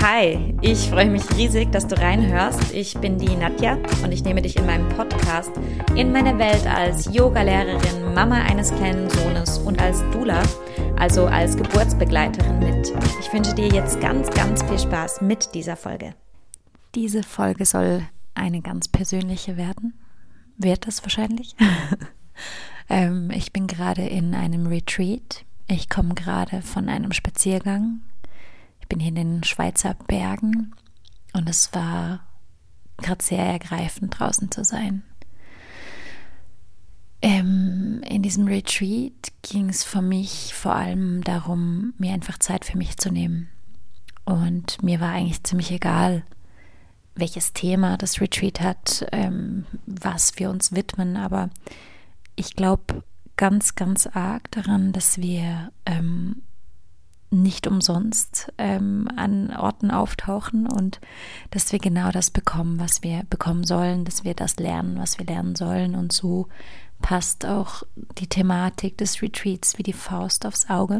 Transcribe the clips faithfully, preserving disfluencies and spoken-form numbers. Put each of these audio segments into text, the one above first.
Hi, ich freue mich riesig, dass du reinhörst. Ich bin die Nadja und ich nehme dich in meinem Podcast in meine Welt als Yoga-Lehrerin, Mama eines kleinen Sohnes und als Doula, also als Geburtsbegleiterin mit. Ich wünsche dir jetzt ganz, ganz viel Spaß mit dieser Folge. Diese Folge soll eine ganz persönliche werden. Wird es wahrscheinlich. ähm, ich bin gerade in einem Retreat. Ich komme gerade von einem Spaziergang. Ich bin hier in den Schweizer Bergen und es war gerade sehr ergreifend, draußen zu sein. Ähm, in diesem Retreat ging es für mich vor allem darum, mir einfach Zeit für mich zu nehmen. Und mir war eigentlich ziemlich egal, welches Thema das Retreat hat, ähm, was wir uns widmen, aber ich glaube ganz, ganz arg daran, dass wir ähm, nicht umsonst ähm, an Orten auftauchen und dass wir genau das bekommen, was wir bekommen sollen, dass wir das lernen, was wir lernen sollen. Und so passt auch die Thematik des Retreats wie die Faust aufs Auge.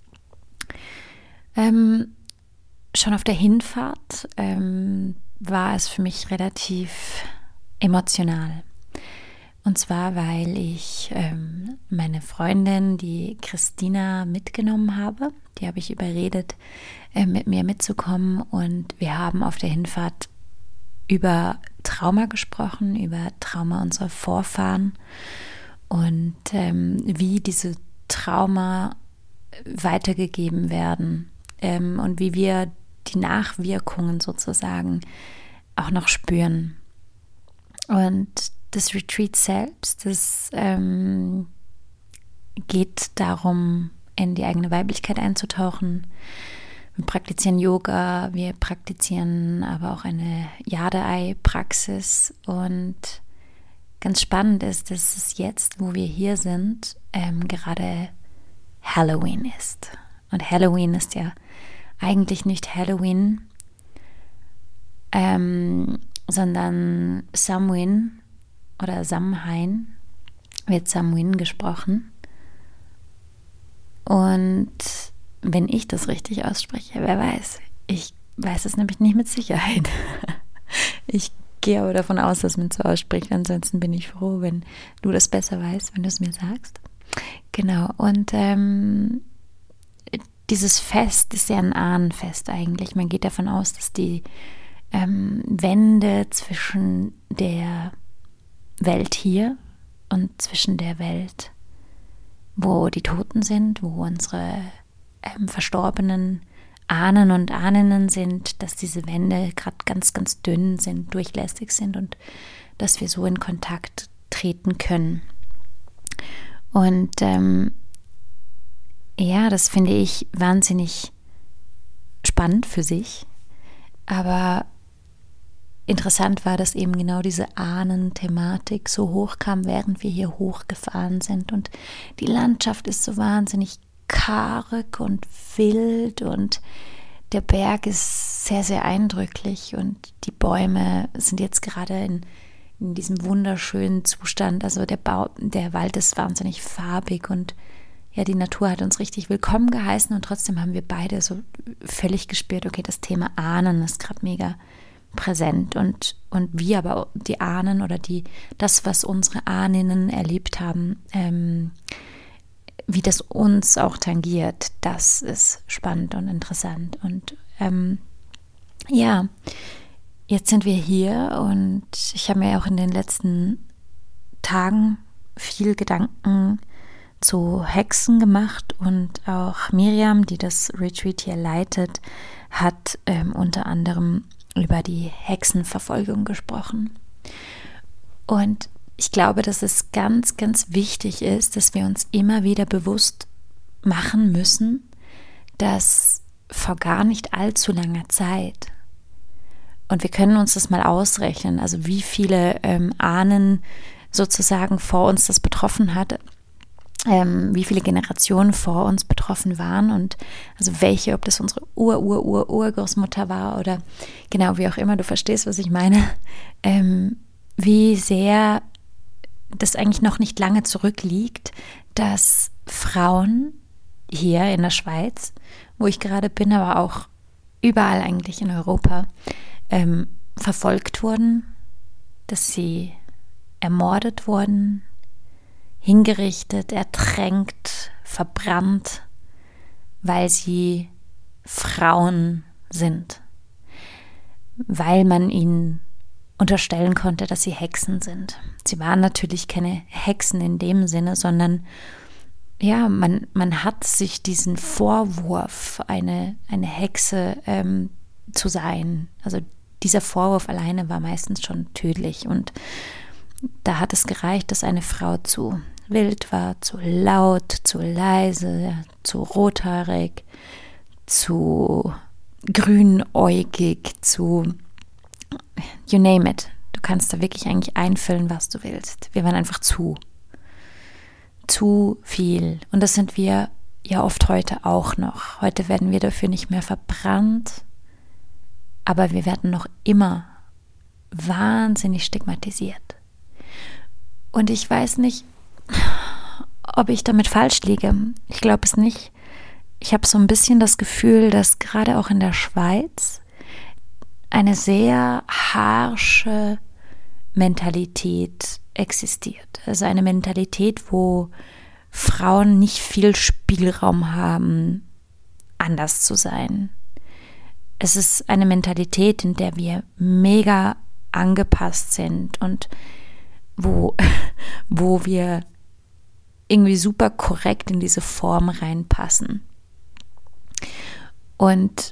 Ähm, schon auf der Hinfahrt ähm, war es für mich relativ emotional. Und zwar, weil ich ähm, meine Freundin, die Christina, mitgenommen habe. Die habe ich überredet, äh, mit mir mitzukommen. Und wir haben auf der Hinfahrt über Trauma gesprochen, über Trauma unserer Vorfahren und ähm, wie diese Trauma weitergegeben werden ähm, und wie wir die Nachwirkungen sozusagen auch noch spüren. Und das Retreat selbst, das ähm, geht darum, in die eigene Weiblichkeit einzutauchen. Wir praktizieren Yoga, wir praktizieren aber auch eine Jade-Ei-Praxis. Und ganz spannend ist, dass es jetzt, wo wir hier sind, ähm, gerade Halloween ist. Und Halloween ist ja eigentlich nicht Halloween, ähm, sondern Samhain. Oder Samhain, wird Samhain gesprochen. Und wenn ich das richtig ausspreche, wer weiß. Ich weiß es nämlich nicht mit Sicherheit. Ich gehe aber davon aus, dass man es so ausspricht. Ansonsten bin ich froh, wenn du das besser weißt, wenn du es mir sagst. Genau, und ähm, dieses Fest ist ja ein Ahnenfest eigentlich. Man geht davon aus, dass die ähm, Wände zwischen der Welt hier und zwischen der Welt, wo die Toten sind, wo unsere ähm, verstorbenen Ahnen und Ahnen sind, dass diese Wände gerade ganz, ganz dünn sind, durchlässig sind und dass wir so in Kontakt treten können. Und ähm, ja, das finde ich wahnsinnig spannend für sich, aber interessant war, dass eben genau diese Ahnen-Thematik so hoch kam, während wir hier hochgefahren sind. Und die Landschaft ist so wahnsinnig karg und wild und der Berg ist sehr, sehr eindrücklich und die Bäume sind jetzt gerade in, in diesem wunderschönen Zustand. Also der, Bau, der Wald ist wahnsinnig farbig und ja, die Natur hat uns richtig willkommen geheißen und trotzdem haben wir beide so völlig gespürt, okay, das Thema Ahnen ist gerade mega präsent und, und wir aber die Ahnen oder die, das, was unsere Ahninnen erlebt haben, ähm, wie das uns auch tangiert, das ist spannend und interessant. Und ähm, ja, jetzt sind wir hier und ich habe mir auch in den letzten Tagen viel Gedanken zu Hexen gemacht und auch Miriam, die das Retreat hier leitet, hat ähm, unter anderem über die Hexenverfolgung gesprochen. Und ich glaube, dass es ganz, ganz wichtig ist, dass wir uns immer wieder bewusst machen müssen, dass vor gar nicht allzu langer Zeit, und wir können uns das mal ausrechnen, also wie viele ähm, Ahnen sozusagen vor uns das betroffen hat, Ähm, wie viele Generationen vor uns betroffen waren und also welche, ob das unsere Ur-Ur-Ur-Urgroßmutter war oder genau, wie auch immer, du verstehst, was ich meine, ähm, wie sehr das eigentlich noch nicht lange zurückliegt, dass Frauen hier in der Schweiz, wo ich gerade bin, aber auch überall eigentlich in Europa ähm, verfolgt wurden, dass sie ermordet wurden, hingerichtet, ertränkt, verbrannt, weil sie Frauen sind, weil man ihnen unterstellen konnte, dass sie Hexen sind. Sie waren natürlich keine Hexen in dem Sinne, sondern ja, man, man hat sich diesen Vorwurf, eine, eine Hexe ähm, zu sein, also dieser Vorwurf alleine war meistens schon tödlich und da hat es gereicht, dass eine Frau zu wild war, zu laut, zu leise, zu rothaarig, zu grünäugig, zu you name it. Du kannst da wirklich eigentlich einfüllen, was du willst. Wir waren einfach zu. Zu viel. Und das sind wir ja oft heute auch noch. Heute werden wir dafür nicht mehr verbrannt, aber wir werden noch immer wahnsinnig stigmatisiert. Und ich weiß nicht, ob ich damit falsch liege. Ich glaube es nicht. Ich habe so ein bisschen das Gefühl, dass gerade auch in der Schweiz eine sehr harsche Mentalität existiert. Also eine Mentalität, wo Frauen nicht viel Spielraum haben, anders zu sein. Es ist eine Mentalität, in der wir mega angepasst sind und wo, wo wir irgendwie super korrekt in diese Form reinpassen. Und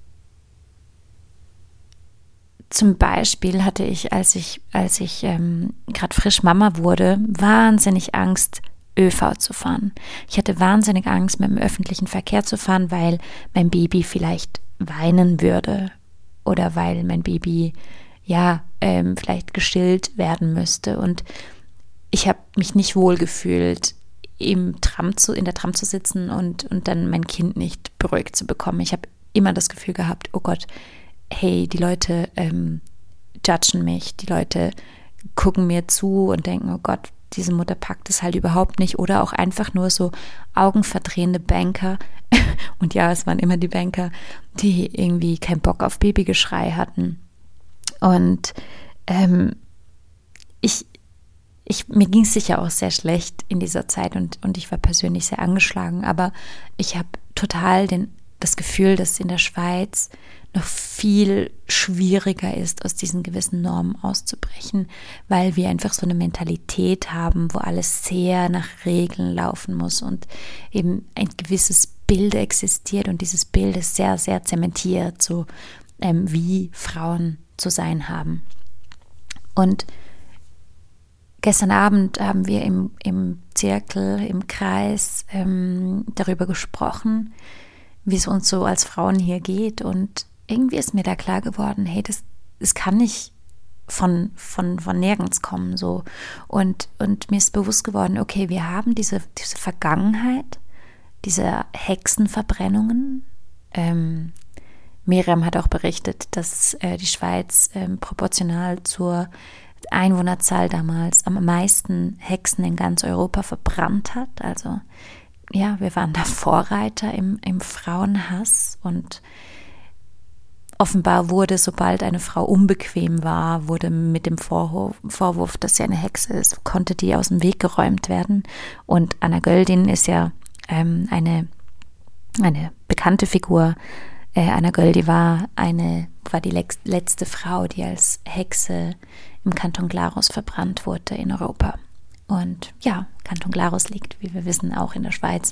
zum Beispiel hatte ich, als ich, als ich ähm, gerade frisch Mama wurde, wahnsinnig Angst, ÖV zu fahren. Ich hatte wahnsinnig Angst, mit dem öffentlichen Verkehr zu fahren, weil mein Baby vielleicht weinen würde oder weil mein Baby ja ähm, vielleicht gestillt werden müsste. Und ich habe mich nicht wohl gefühlt, im Tram zu, in der Tram zu sitzen und, und dann mein Kind nicht beruhigt zu bekommen. Ich habe immer das Gefühl gehabt, oh Gott, hey, die Leute ähm, judgen mich, die Leute gucken mir zu und denken, oh Gott, diese Mutter packt es halt überhaupt nicht. Oder auch einfach nur so augenverdrehende Banker. Und ja, es waren immer die Banker, die irgendwie keinen Bock auf Babygeschrei hatten. Und ähm, ich, ich, mir ging es sicher auch sehr schlecht in dieser Zeit und, und ich war persönlich sehr angeschlagen. Aber ich habe total den, das Gefühl, dass in der Schweiz noch viel schwieriger ist, aus diesen gewissen Normen auszubrechen, weil wir einfach so eine Mentalität haben, wo alles sehr nach Regeln laufen muss und eben ein gewisses Bild existiert und dieses Bild ist sehr, sehr zementiert, so ähm, wie Frauen zu sein haben. Und gestern Abend haben wir im, im Zirkel, im Kreis ähm, darüber gesprochen, wie es uns so als Frauen hier geht und irgendwie ist mir da klar geworden, hey, das, das kann nicht von, von, von nirgends kommen. So. Und, und mir ist bewusst geworden, okay, wir haben diese, diese Vergangenheit, diese Hexenverbrennungen. Ähm, Miriam hat auch berichtet, dass äh, die Schweiz ähm, proportional zur Einwohnerzahl damals am meisten Hexen in ganz Europa verbrannt hat. Also ja, wir waren da Vorreiter im, im Frauenhass und offenbar wurde, sobald eine Frau unbequem war, wurde mit dem Vorwurf, Vorwurf, dass sie eine Hexe ist, konnte die aus dem Weg geräumt werden. Und Anna Göldin ist ja ähm, eine, eine bekannte Figur. Äh, Anna Göldi war, eine, war die lex- letzte Frau, die als Hexe im Kanton Glarus verbrannt wurde in Europa. Und ja, Kanton Glarus liegt, wie wir wissen, auch in der Schweiz.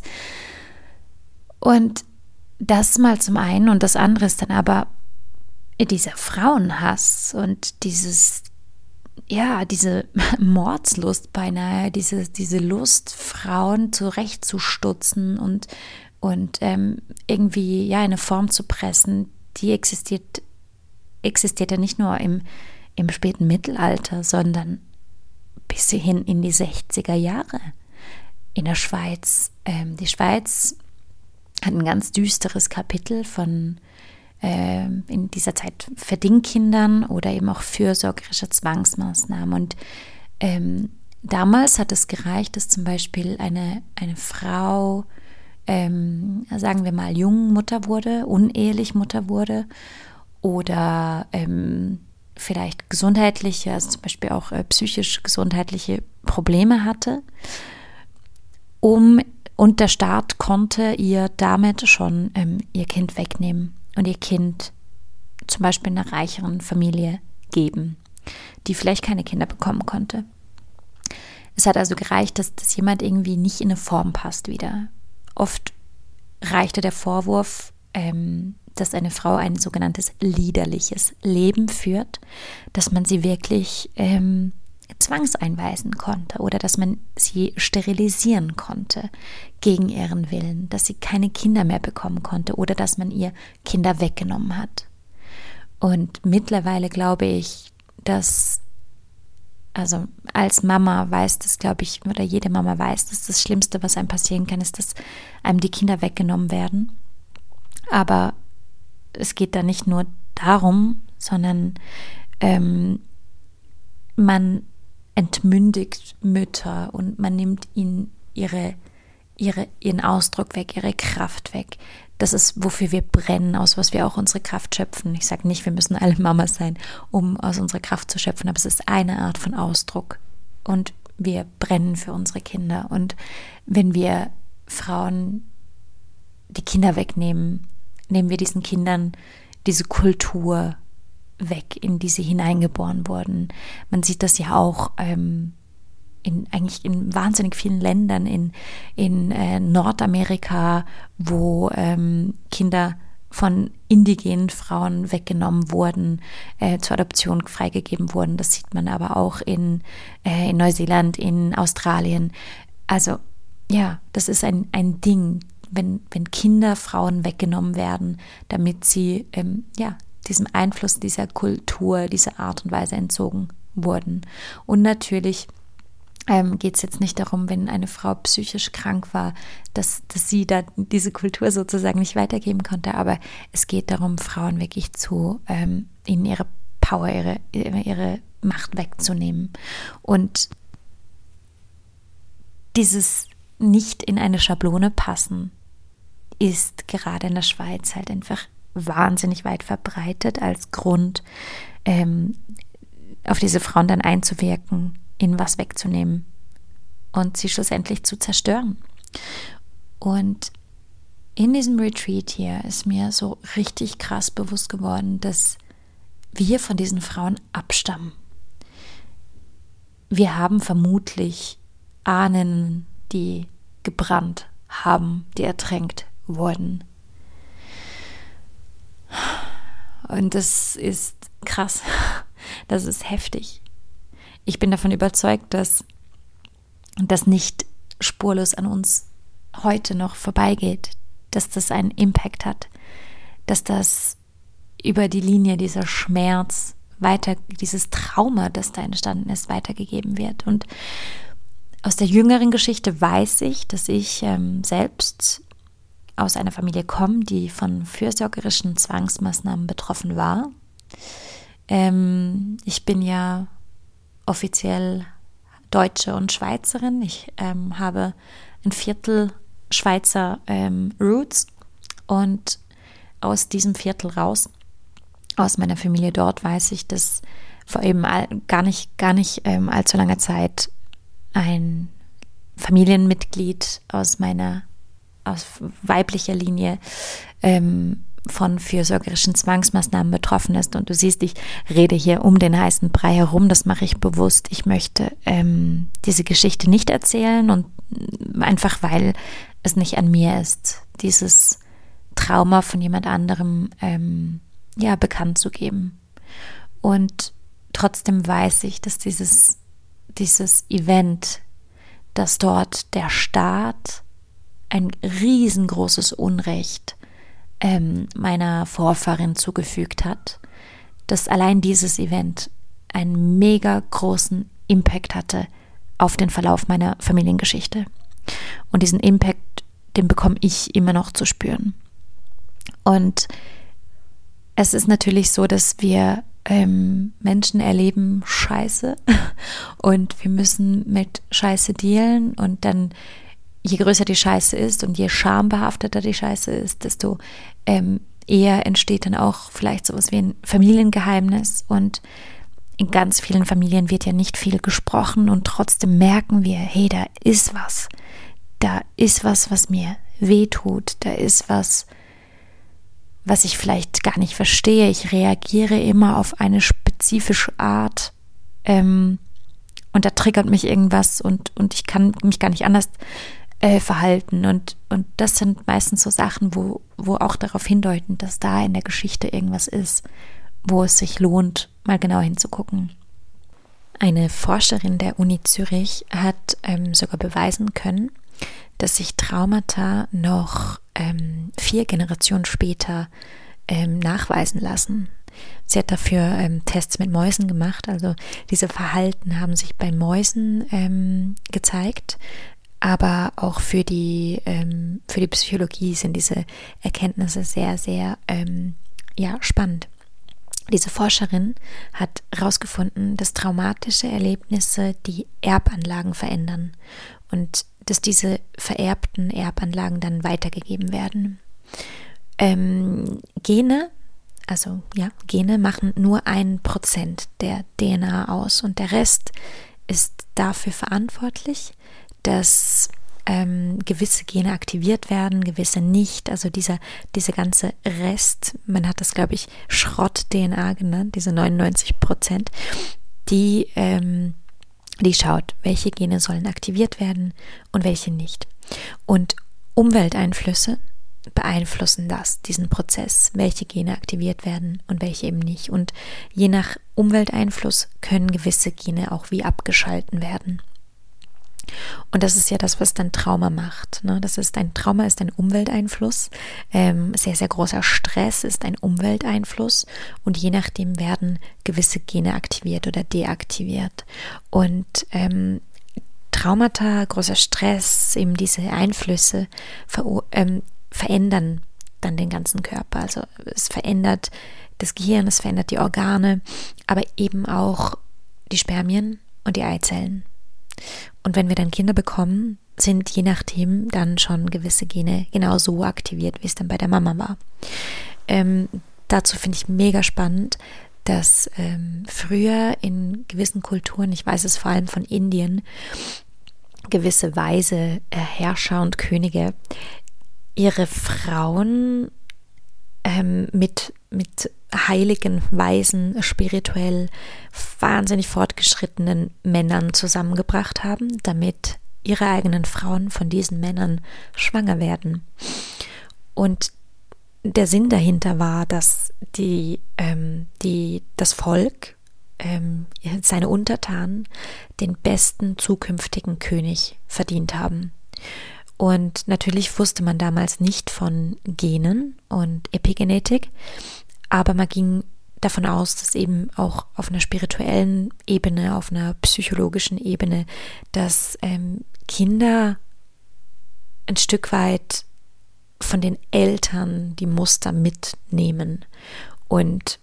Und das mal zum einen und das andere ist dann aber dieser Frauenhass und dieses, ja, diese Mordslust beinahe, diese, diese Lust, Frauen zurechtzustutzen und, und ähm, irgendwie ja eine Form zu pressen, die existiert, existiert ja nicht nur im, im späten Mittelalter, sondern bis hin in die sechziger Jahre in der Schweiz. Ähm, die Schweiz hat ein ganz düsteres Kapitel von in dieser Zeit Verdingkindern oder eben auch fürsorgerische Zwangsmaßnahmen. Und ähm, damals hat es gereicht, dass zum Beispiel eine, eine Frau ähm, sagen wir mal, jung Mutter wurde, unehelich Mutter wurde oder ähm, vielleicht gesundheitliche, also zum Beispiel auch äh, psychisch gesundheitliche Probleme hatte, um und der Staat konnte ihr damit schon ähm, ihr Kind wegnehmen und ihr Kind zum Beispiel einer reicheren Familie geben, die vielleicht keine Kinder bekommen konnte. Es hat also gereicht, dass, dass jemand irgendwie nicht in eine Form passt wieder. Oft reichte der Vorwurf, ähm, dass eine Frau ein sogenanntes liederliches Leben führt, dass man sie wirklich ähm, zwangseinweisen konnte oder dass man sie sterilisieren konnte gegen ihren Willen, dass sie keine Kinder mehr bekommen konnte oder dass man ihr Kinder weggenommen hat. Und mittlerweile glaube ich, dass, also als Mama weiß das, glaube ich, oder jede Mama weiß, dass das Schlimmste, was einem passieren kann, ist, dass einem die Kinder weggenommen werden. Aber es geht da nicht nur darum, sondern ähm, man entmündigt Mütter und man nimmt ihnen ihre, ihre, ihren Ausdruck weg, ihre Kraft weg. Das ist, wofür wir brennen, aus was wir auch unsere Kraft schöpfen. Ich sage nicht, wir müssen alle Mamas sein, um aus unserer Kraft zu schöpfen, aber es ist eine Art von Ausdruck. Und wir brennen für unsere Kinder. Und wenn wir Frauen die Kinder wegnehmen, nehmen wir diesen Kindern diese Kultur weg, in die sie hineingeboren wurden. Man sieht das ja auch ähm, in eigentlich in wahnsinnig vielen Ländern, in, in äh, Nordamerika, wo ähm, Kinder von indigenen Frauen weggenommen wurden, äh, zur Adoption freigegeben wurden. Das sieht man aber auch in, äh, in Neuseeland, in Australien. Also ja, das ist ein, ein Ding, wenn, wenn Kinder, Frauen weggenommen werden, damit sie ähm, ja, diesem Einfluss dieser Kultur, dieser Art und Weise entzogen wurden. Und natürlich ähm, geht es jetzt nicht darum, wenn eine Frau psychisch krank war, dass, dass sie da diese Kultur sozusagen nicht weitergeben konnte, aber es geht darum, Frauen wirklich zu, ähm, ihnen ihre Power, ihre, ihre Macht wegzunehmen. Und dieses nicht in eine Schablone passen ist gerade in der Schweiz halt einfach wahnsinnig weit verbreitet als Grund, ähm, auf diese Frauen dann einzuwirken, ihnen was wegzunehmen und sie schlussendlich zu zerstören. Und in diesem Retreat hier ist mir so richtig krass bewusst geworden, dass wir von diesen Frauen abstammen. Wir haben vermutlich Ahnen, die gebrannt haben, die ertränkt wurden. Und das ist krass. Das ist heftig. Ich bin davon überzeugt, dass das nicht spurlos an uns heute noch vorbeigeht, dass das einen Impact hat, dass das über die Linie dieser Schmerz weiter, dieses Trauma, das da entstanden ist, weitergegeben wird. Und aus der jüngeren Geschichte weiß ich, dass ich ähm, selbst aus einer Familie komme, die von fürsorgerischen Zwangsmaßnahmen betroffen war. Ähm, ich bin ja offiziell Deutsche und Schweizerin. Ich ähm, habe ein Viertel Schweizer ähm, Roots und aus diesem Viertel raus, aus meiner Familie dort, weiß ich, dass vor eben all, gar nicht, gar nicht ähm, allzu langer Zeit ein Familienmitglied aus meiner aus weiblicher Linie ähm, von fürsorgerischen Zwangsmaßnahmen betroffen ist. Und du siehst, ich rede hier um den heißen Brei herum, das mache ich bewusst. Ich möchte ähm, diese Geschichte nicht erzählen und einfach, weil es nicht an mir ist, dieses Trauma von jemand anderem ähm, ja, bekannt zu geben. Und trotzdem weiß ich, dass dieses, dieses Event, dass dort der Staat ein riesengroßes Unrecht ähm, meiner Vorfahrin zugefügt hat, dass allein dieses Event einen mega großen Impact hatte auf den Verlauf meiner Familiengeschichte. Und diesen Impact, den bekomme ich immer noch zu spüren. Und es ist natürlich so, dass wir ähm, Menschen erleben Scheiße und wir müssen mit Scheiße dealen und dann je größer die Scheiße ist und je schambehafteter die Scheiße ist, desto ähm, eher entsteht dann auch vielleicht sowas wie ein Familiengeheimnis. Und in ganz vielen Familien wird ja nicht viel gesprochen und trotzdem merken wir, hey, da ist was. Da ist was, was mir wehtut. Da ist was, was ich vielleicht gar nicht verstehe. Ich reagiere immer auf eine spezifische Art ähm, und da triggert mich irgendwas und, und ich kann mich gar nicht anders äh, verhalten. Und, und das sind meistens so Sachen, wo, wo auch darauf hindeuten, dass da in der Geschichte irgendwas ist, wo es sich lohnt, mal genau hinzugucken. Eine Forscherin der Uni Zürich hat ähm, sogar beweisen können, dass sich Traumata noch ähm, vier Generationen später ähm, nachweisen lassen. Sie hat dafür ähm, Tests mit Mäusen gemacht, also diese Verhalten haben sich bei Mäusen ähm, gezeigt, aber auch für die, ähm, für die Psychologie sind diese Erkenntnisse sehr, sehr ähm, ja, spannend. Diese Forscherin hat herausgefunden, dass traumatische Erlebnisse die Erbanlagen verändern und dass diese vererbten Erbanlagen dann weitergegeben werden. Ähm, Gene, also ja, Gene machen nur ein Prozent der D N A aus und der Rest ist dafür verantwortlich, dass ähm, gewisse Gene aktiviert werden, gewisse nicht. Also dieser, dieser ganze Rest, man hat das, glaube ich, Schrott-D N A genannt, diese neunundneunzig Prozent, die ähm, die schaut, welche Gene sollen aktiviert werden und welche nicht. Und Umwelteinflüsse beeinflussen das, diesen Prozess, welche Gene aktiviert werden und welche eben nicht. Und je nach Umwelteinfluss können gewisse Gene auch wie abgeschalten werden. Und das ist ja das, was dann Trauma macht. Ne? Das ist ein Trauma ist ein Umwelteinfluss. Ähm, sehr, sehr großer Stress ist ein Umwelteinfluss. Und je nachdem werden gewisse Gene aktiviert oder deaktiviert. Und ähm, Traumata, großer Stress, eben diese Einflüsse ver- ähm, verändern dann den ganzen Körper. Also es verändert das Gehirn, es verändert die Organe, aber eben auch die Spermien und die Eizellen. Und wenn wir dann Kinder bekommen, sind je nachdem dann schon gewisse Gene genau so aktiviert, wie es dann bei der Mama war. Ähm, dazu finde ich mega spannend, dass ähm, früher in gewissen Kulturen, ich weiß es vor allem von Indien, gewisse weise äh, Herrscher und Könige ihre Frauen ähm, mit, mit heiligen, weisen, spirituell wahnsinnig fortgeschrittenen Männern zusammengebracht haben, damit ihre eigenen Frauen von diesen Männern schwanger werden. Und der Sinn dahinter war, dass die, ähm, die, das Volk, ähm, seine Untertanen, den besten zukünftigen König verdient haben. Und natürlich wusste man damals nicht von Genen und Epigenetik, aber man ging davon aus, dass eben auch auf einer spirituellen Ebene, auf einer psychologischen Ebene, dass ähm, Kinder ein Stück weit von den Eltern die Muster mitnehmen. Und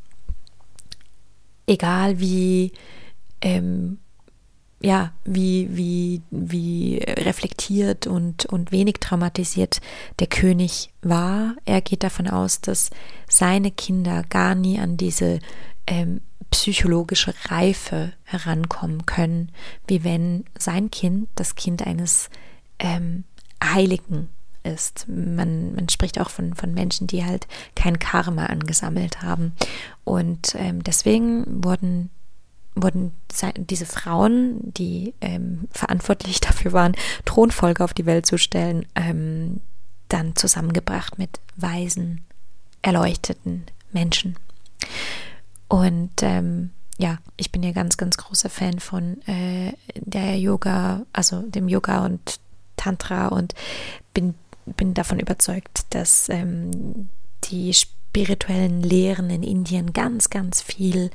egal wie ähm, ja, wie, wie, wie reflektiert und, und wenig traumatisiert der König war. Er geht davon aus, dass seine Kinder gar nie an diese ähm, psychologische Reife herankommen können, wie wenn sein Kind das Kind eines ähm, Heiligen ist. Man, man spricht auch von, von Menschen, die halt kein Karma angesammelt haben. Und ähm, deswegen wurden wurden diese Frauen, die ähm, verantwortlich dafür waren, Thronfolge auf die Welt zu stellen, ähm, dann zusammengebracht mit weisen, erleuchteten Menschen. Und ähm, ja, ich bin ja ganz, ganz großer Fan von äh, der Yoga, also dem Yoga und Tantra und bin, bin davon überzeugt, dass ähm, die spirituellen Lehren in Indien ganz, ganz viel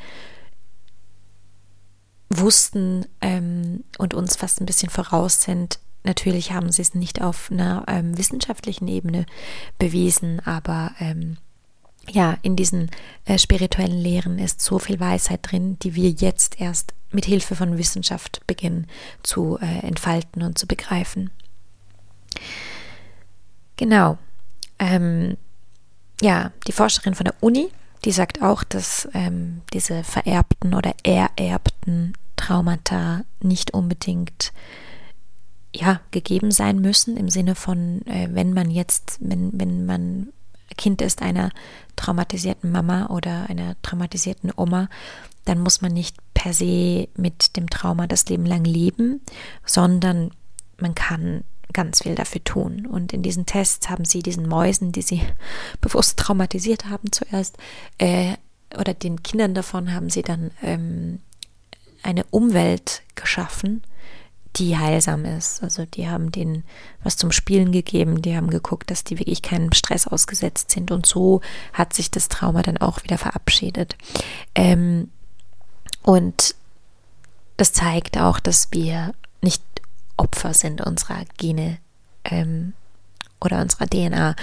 wussten ähm, und uns fast ein bisschen voraus sind. Natürlich haben sie es nicht auf einer ähm, wissenschaftlichen Ebene bewiesen, aber ähm, ja, in diesen äh, spirituellen Lehren ist so viel Weisheit drin, die wir jetzt erst mit Hilfe von Wissenschaft beginnen zu äh, entfalten und zu begreifen. Genau. Ähm, ja, die Forscherin von der Uni, die sagt auch, dass ähm, diese vererbten oder ererbten Traumata nicht unbedingt ja, gegeben sein müssen, im Sinne von, äh, wenn man jetzt, wenn, wenn man Kind ist einer traumatisierten Mama oder einer traumatisierten Oma, dann muss man nicht per se mit dem Trauma das Leben lang leben, sondern man kann ganz viel dafür tun. Und in diesen Tests haben sie diesen Mäusen, die sie bewusst traumatisiert haben zuerst, äh, oder den Kindern davon haben sie dann ähm, eine Umwelt geschaffen, die heilsam ist. Also die haben denen was zum Spielen gegeben, die haben geguckt, dass die wirklich keinem Stress ausgesetzt sind, und so hat sich das Trauma dann auch wieder verabschiedet. Ähm, und das zeigt auch, dass wir nicht Opfer sind unserer Gene ähm, oder unserer D N A.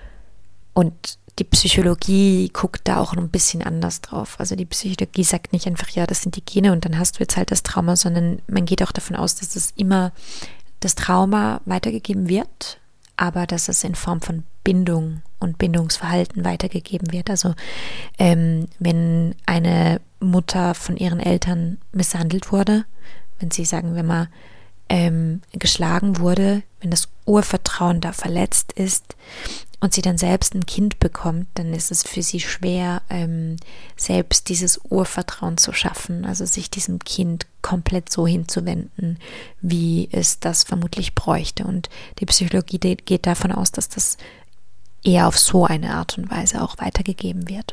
Und die Psychologie guckt da auch ein bisschen anders drauf. Also die Psychologie sagt nicht einfach, ja, das sind die Gene und dann hast du jetzt halt das Trauma, sondern man geht auch davon aus, dass es immer das Trauma weitergegeben wird, aber dass es in Form von Bindung und Bindungsverhalten weitergegeben wird. Also ähm, wenn eine Mutter von ihren Eltern misshandelt wurde, wenn sie, sagen wir mal, ähm, geschlagen wurde, wenn das Urvertrauen da verletzt ist und sie dann selbst ein Kind bekommt, dann ist es für sie schwer, ähm, selbst dieses Urvertrauen zu schaffen, also sich diesem Kind komplett so hinzuwenden, wie es das vermutlich bräuchte. Und die Psychologie geht davon aus, dass das eher auf so eine Art und Weise auch weitergegeben wird.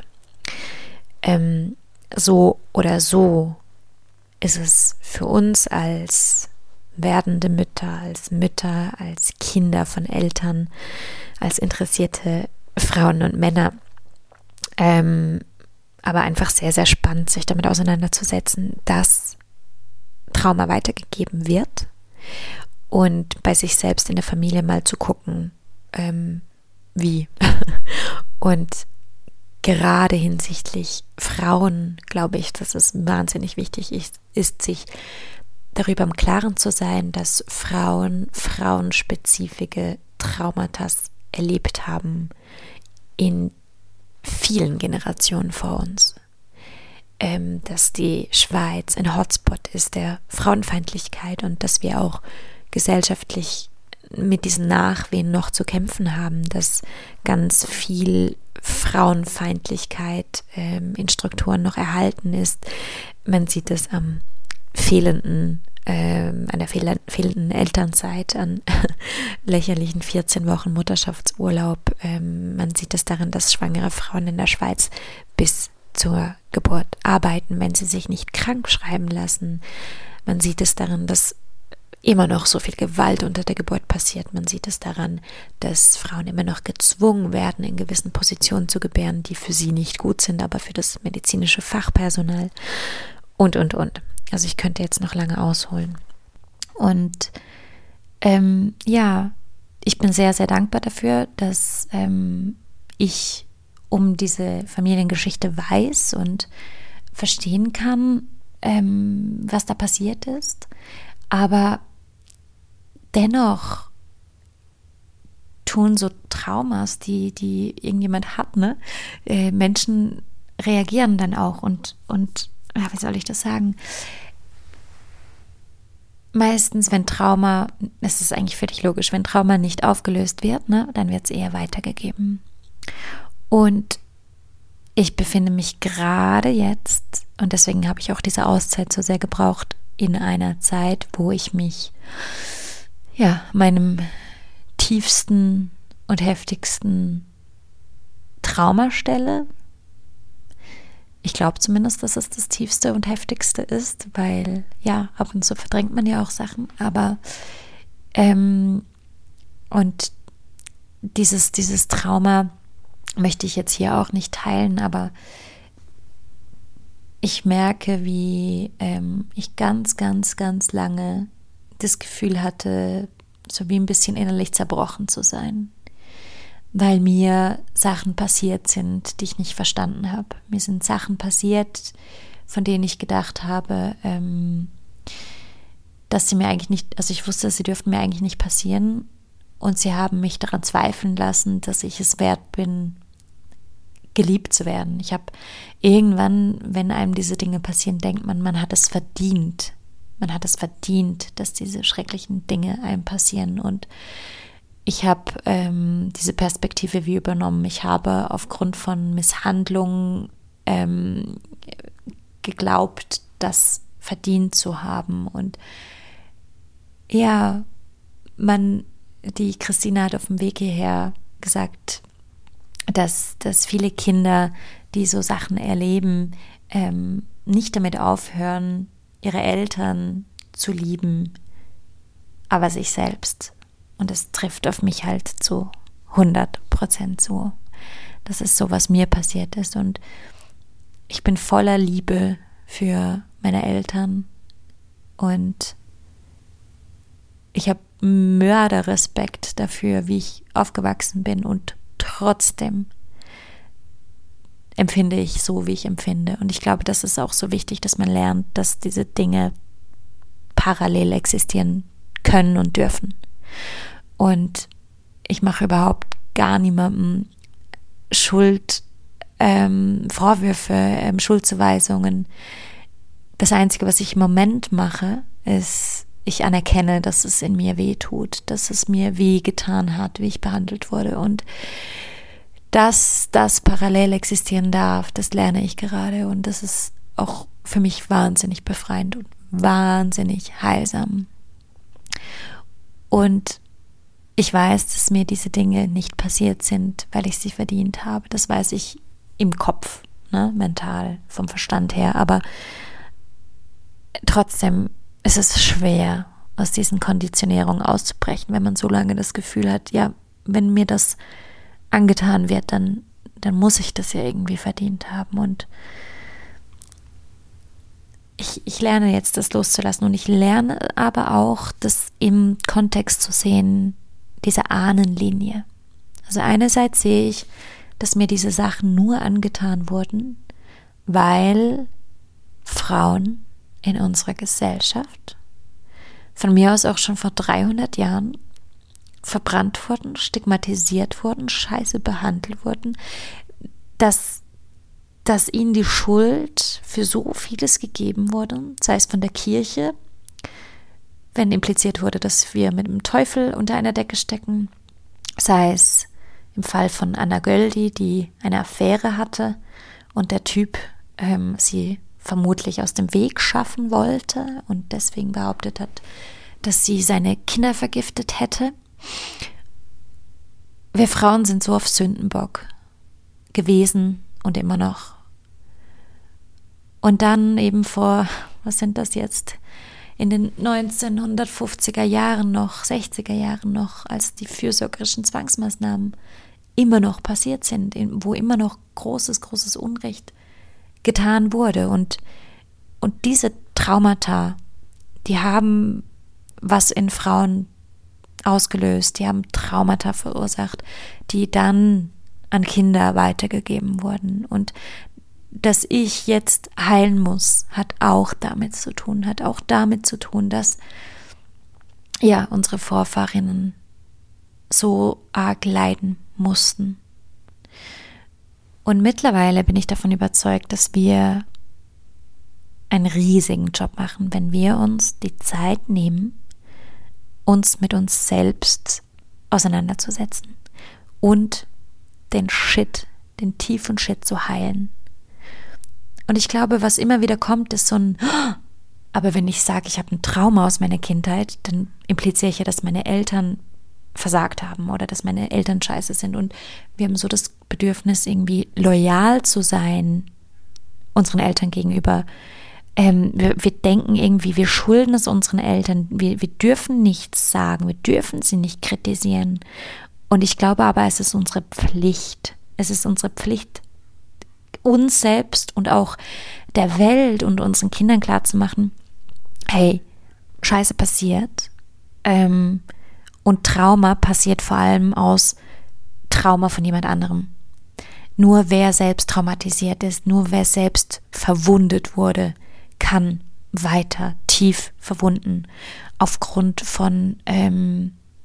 Ähm, so oder so ist es für uns als werdende Mütter, als Mütter, als Kinder von Eltern, als interessierte Frauen und Männer, ähm, aber einfach sehr, sehr spannend, sich damit auseinanderzusetzen, dass Trauma weitergegeben wird und bei sich selbst in der Familie mal zu gucken, ähm, wie. Und gerade hinsichtlich Frauen, glaube ich, dass es wahnsinnig wichtig ist, ist sich darüber im Klaren zu sein, dass Frauen frauenspezifische Traumata erlebt haben in vielen Generationen vor uns. Ähm, dass die Schweiz ein Hotspot ist der Frauenfeindlichkeit und dass wir auch gesellschaftlich mit diesen Nachwehen noch zu kämpfen haben, dass ganz viel Frauenfeindlichkeit ähm, in Strukturen noch erhalten ist. Man sieht es am fehlenden, ähm, an der fehl- fehlenden Elternzeit, an lächerlichen vierzehn Wochen Mutterschaftsurlaub. Ähm, man sieht es darin, dass schwangere Frauen in der Schweiz bis zur Geburt arbeiten, wenn sie sich nicht krank schreiben lassen. Man sieht es darin, dass immer noch so viel Gewalt unter der Geburt passiert. Man sieht es daran, dass Frauen immer noch gezwungen werden, in gewissen Positionen zu gebären, die für sie nicht gut sind, aber für das medizinische Fachpersonal und, und, und. Also ich könnte jetzt noch lange ausholen. Und ähm, ja, ich bin sehr, sehr dankbar dafür, dass ähm, ich um diese Familiengeschichte weiß und verstehen kann, ähm, was da passiert ist. Aber dennoch tun so Traumas, die, die irgendjemand hat, ne? Äh, Menschen reagieren dann auch und, und ja, wie soll ich das sagen? Meistens, wenn Trauma, es ist eigentlich völlig logisch, wenn Trauma nicht aufgelöst wird, ne, dann wird es eher weitergegeben. Und ich befinde mich gerade jetzt, und deswegen habe ich auch diese Auszeit so sehr gebraucht, in einer Zeit, wo ich mich ja meinem tiefsten und heftigsten Trauma stelle. Ich glaube zumindest, dass es das tiefste und heftigste ist, weil ja, ab und zu verdrängt man ja auch Sachen, aber ähm, und dieses, dieses Trauma möchte ich jetzt hier auch nicht teilen, aber ich merke, wie ähm, ich ganz, ganz, ganz lange das Gefühl hatte, so wie ein bisschen innerlich zerbrochen zu sein, weil mir Sachen passiert sind, die ich nicht verstanden habe. Mir sind Sachen passiert, von denen ich gedacht habe, ähm, dass sie mir eigentlich nicht, also ich wusste, sie dürften mir eigentlich nicht passieren, und sie haben mich daran zweifeln lassen, dass ich es wert bin, geliebt zu werden. Ich habe irgendwann, wenn einem diese Dinge passieren, denkt man, man hat es verdient. Man hat es verdient, dass diese schrecklichen Dinge einem passieren. Und ich habe ähm, diese Perspektive wie übernommen. Ich habe aufgrund von Misshandlungen ähm, geglaubt, das verdient zu haben. Und ja, man, die Christina hat auf dem Weg hierher gesagt, dass, dass viele Kinder, die so Sachen erleben, ähm, nicht damit aufhören, ihre Eltern zu lieben, aber sich selbst. Und das trifft auf mich halt zu hundert Prozent zu. Das ist so, was mir passiert ist. Und ich bin voller Liebe für meine Eltern. Und ich habe Mörderrespekt dafür, wie ich aufgewachsen bin. Und trotzdem empfinde ich so, wie ich empfinde. Und ich glaube, das ist auch so wichtig, dass man lernt, dass diese Dinge parallel existieren können und dürfen. Und ich mache überhaupt gar niemandem Schuld, ähm, Vorwürfe, ähm, Schuldzuweisungen. Das Einzige, was ich im Moment mache, ist, ich anerkenne, dass es in mir weh tut, dass es mir weh getan hat, wie ich behandelt wurde. Und dass das parallel existieren darf, das lerne ich gerade. Und das ist auch für mich wahnsinnig befreiend und wahnsinnig heilsam. Und ich weiß, dass mir diese Dinge nicht passiert sind, weil ich sie verdient habe. Das weiß ich im Kopf, ne, mental, vom Verstand her. Aber trotzdem ist es schwer, aus diesen Konditionierungen auszubrechen, wenn man so lange das Gefühl hat, ja, wenn mir das angetan wird, dann, dann muss ich das ja irgendwie verdient haben. Und ich, ich lerne jetzt, das loszulassen. Und ich lerne aber auch, das im Kontext zu sehen, diese Ahnenlinie. Also einerseits sehe ich, dass mir diese Sachen nur angetan wurden, weil Frauen in unserer Gesellschaft, von mir aus auch schon vor dreihundert Jahren, verbrannt wurden, stigmatisiert wurden, scheiße behandelt wurden, dass, dass ihnen die Schuld für so vieles gegeben wurde, sei es von der Kirche, wenn impliziert wurde, dass wir mit dem Teufel unter einer Decke stecken, sei es im Fall von Anna Göldi, die eine Affäre hatte und der Typ ähm, sie vermutlich aus dem Weg schaffen wollte und deswegen behauptet hat, dass sie seine Kinder vergiftet hätte. Wir Frauen sind so auf Sündenbock gewesen und immer noch. Und dann eben vor, was sind das jetzt, in den neunzehnhundertfünfziger Jahren noch, sechziger Jahren noch, als die fürsorgerischen Zwangsmaßnahmen immer noch passiert sind, wo immer noch großes, großes Unrecht getan wurde. Und, und diese Traumata, die haben was in Frauen ausgelöst, die haben Traumata verursacht, die dann an Kinder weitergegeben wurden. Und dass ich jetzt heilen muss, hat auch damit zu tun, hat auch damit zu tun, dass ja unsere Vorfahrinnen so arg leiden mussten. Und mittlerweile bin ich davon überzeugt, dass wir einen riesigen Job machen, wenn wir uns die Zeit nehmen, uns mit uns selbst auseinanderzusetzen und den Shit, den tiefen Shit zu heilen. Und ich glaube, was immer wieder kommt, ist so ein, aber wenn ich sage, ich habe ein Trauma aus meiner Kindheit, dann impliziere ich ja, dass meine Eltern versagt haben oder dass meine Eltern scheiße sind. Und wir haben so das Bedürfnis, irgendwie loyal zu sein unseren Eltern gegenüber. Ähm, wir, wir denken irgendwie, wir schulden es unseren Eltern. Wir, wir dürfen nichts sagen, wir dürfen sie nicht kritisieren. Und ich glaube aber, es ist unsere Pflicht. Es ist unsere Pflicht, uns selbst und auch der Welt und unseren Kindern klarzumachen, hey, Scheiße passiert. Ähm, und Trauma passiert vor allem aus Trauma von jemand anderem. Nur wer selbst traumatisiert ist, nur wer selbst verwundet wurde, kann weiter tief verwunden aufgrund von ähm,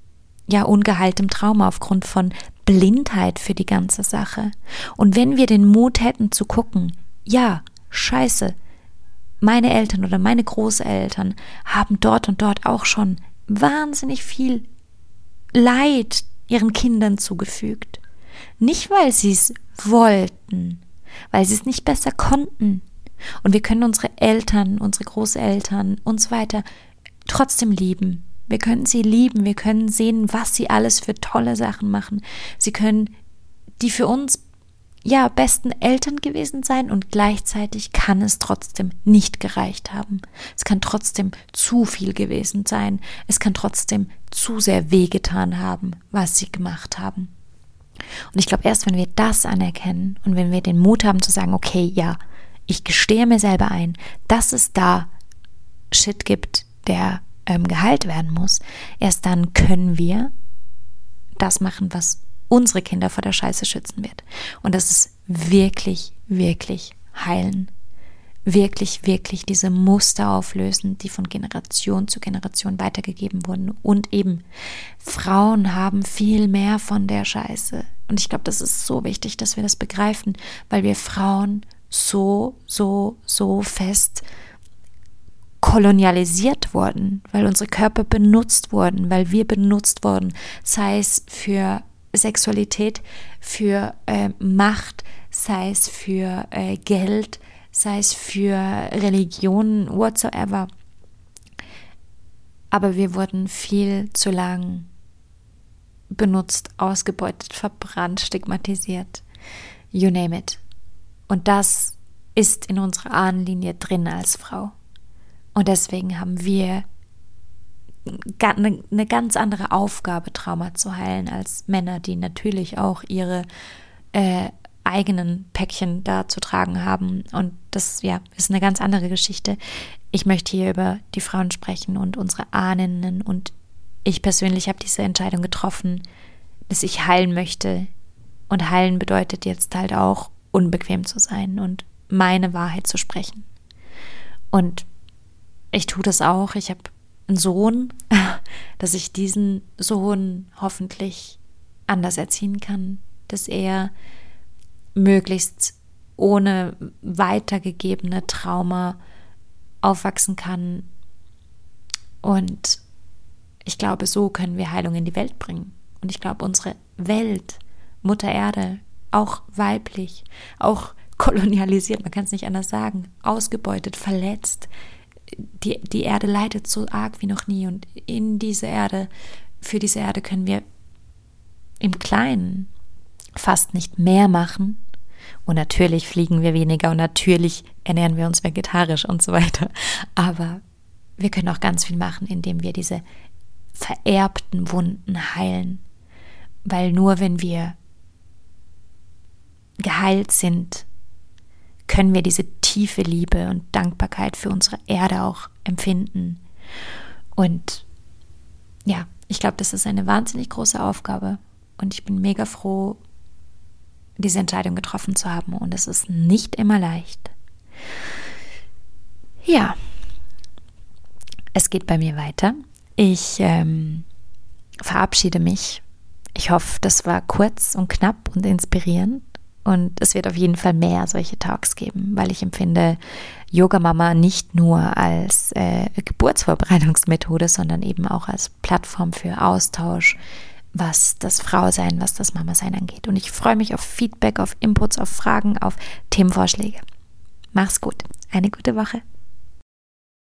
ja, ungeheiltem Trauma, aufgrund von Blindheit für die ganze Sache. Und wenn wir den Mut hätten zu gucken, ja, scheiße, meine Eltern oder meine Großeltern haben dort und dort auch schon wahnsinnig viel Leid ihren Kindern zugefügt. Nicht, weil sie es wollten, weil sie es nicht besser konnten. Und wir können unsere Eltern, unsere Großeltern und so weiter trotzdem lieben. Wir können sie lieben, wir können sehen, was sie alles für tolle Sachen machen. Sie können die für uns ja besten Eltern gewesen sein und gleichzeitig kann es trotzdem nicht gereicht haben. Es kann trotzdem zu viel gewesen sein. Es kann trotzdem zu sehr wehgetan haben, was sie gemacht haben. Und ich glaube, erst wenn wir das anerkennen und wenn wir den Mut haben zu sagen, okay, ja, ich gestehe mir selber ein, dass es da Shit gibt, der ähm, geheilt werden muss, erst dann können wir das machen, was unsere Kinder vor der Scheiße schützen wird. Und das ist wirklich, wirklich heilen. Wirklich, wirklich diese Muster auflösen, die von Generation zu Generation weitergegeben wurden. Und eben, Frauen haben viel mehr von der Scheiße. Und ich glaube, das ist so wichtig, dass wir das begreifen, weil wir Frauen so, so, so fest kolonialisiert wurden, weil unsere Körper benutzt wurden, weil wir benutzt wurden, sei es für Sexualität, für äh, Macht, sei es für äh, Geld, sei es für Religion, whatsoever. Aber wir wurden viel zu lang benutzt, ausgebeutet, verbrannt, stigmatisiert. You name it. Und das ist in unserer Ahnenlinie drin als Frau. Und deswegen haben wir eine ganz andere Aufgabe, Trauma zu heilen, als Männer, die natürlich auch ihre äh, eigenen Päckchen da zu tragen haben. Und das, ja, ist eine ganz andere Geschichte. Ich möchte hier über die Frauen sprechen und unsere Ahnen. Und ich persönlich habe diese Entscheidung getroffen, dass ich heilen möchte. Und heilen bedeutet jetzt halt auch, unbequem zu sein und meine Wahrheit zu sprechen. Und ich tue das auch. Ich habe einen Sohn, dass ich diesen Sohn hoffentlich anders erziehen kann, dass er möglichst ohne weitergegebene Trauma aufwachsen kann. Und ich glaube, so können wir Heilung in die Welt bringen. Und ich glaube, unsere Welt, Mutter Erde, auch weiblich, auch kolonialisiert, man kann es nicht anders sagen, ausgebeutet, verletzt. Die, die Erde leidet so arg wie noch nie. Und in diese Erde, für diese Erde können wir im Kleinen fast nicht mehr machen. Und natürlich fliegen wir weniger und natürlich ernähren wir uns vegetarisch und so weiter. Aber wir können auch ganz viel machen, indem wir diese vererbten Wunden heilen. Weil nur wenn wir geheilt sind, können wir diese tiefe Liebe und Dankbarkeit für unsere Erde auch empfinden. Und ja, ich glaube, das ist eine wahnsinnig große Aufgabe. Und ich bin mega froh, diese Entscheidung getroffen zu haben. Und es ist nicht immer leicht. Ja, es geht bei mir weiter. Ich ähm, verabschiede mich. Ich hoffe, das war kurz und knapp und inspirierend. Und es wird auf jeden Fall mehr solche Talks geben, weil ich empfinde Yoga Mama nicht nur als äh, Geburtsvorbereitungsmethode, sondern eben auch als Plattform für Austausch, was das Frausein, was das Mama-Sein angeht. Und ich freue mich auf Feedback, auf Inputs, auf Fragen, auf Themenvorschläge. Mach's gut. Eine gute Woche.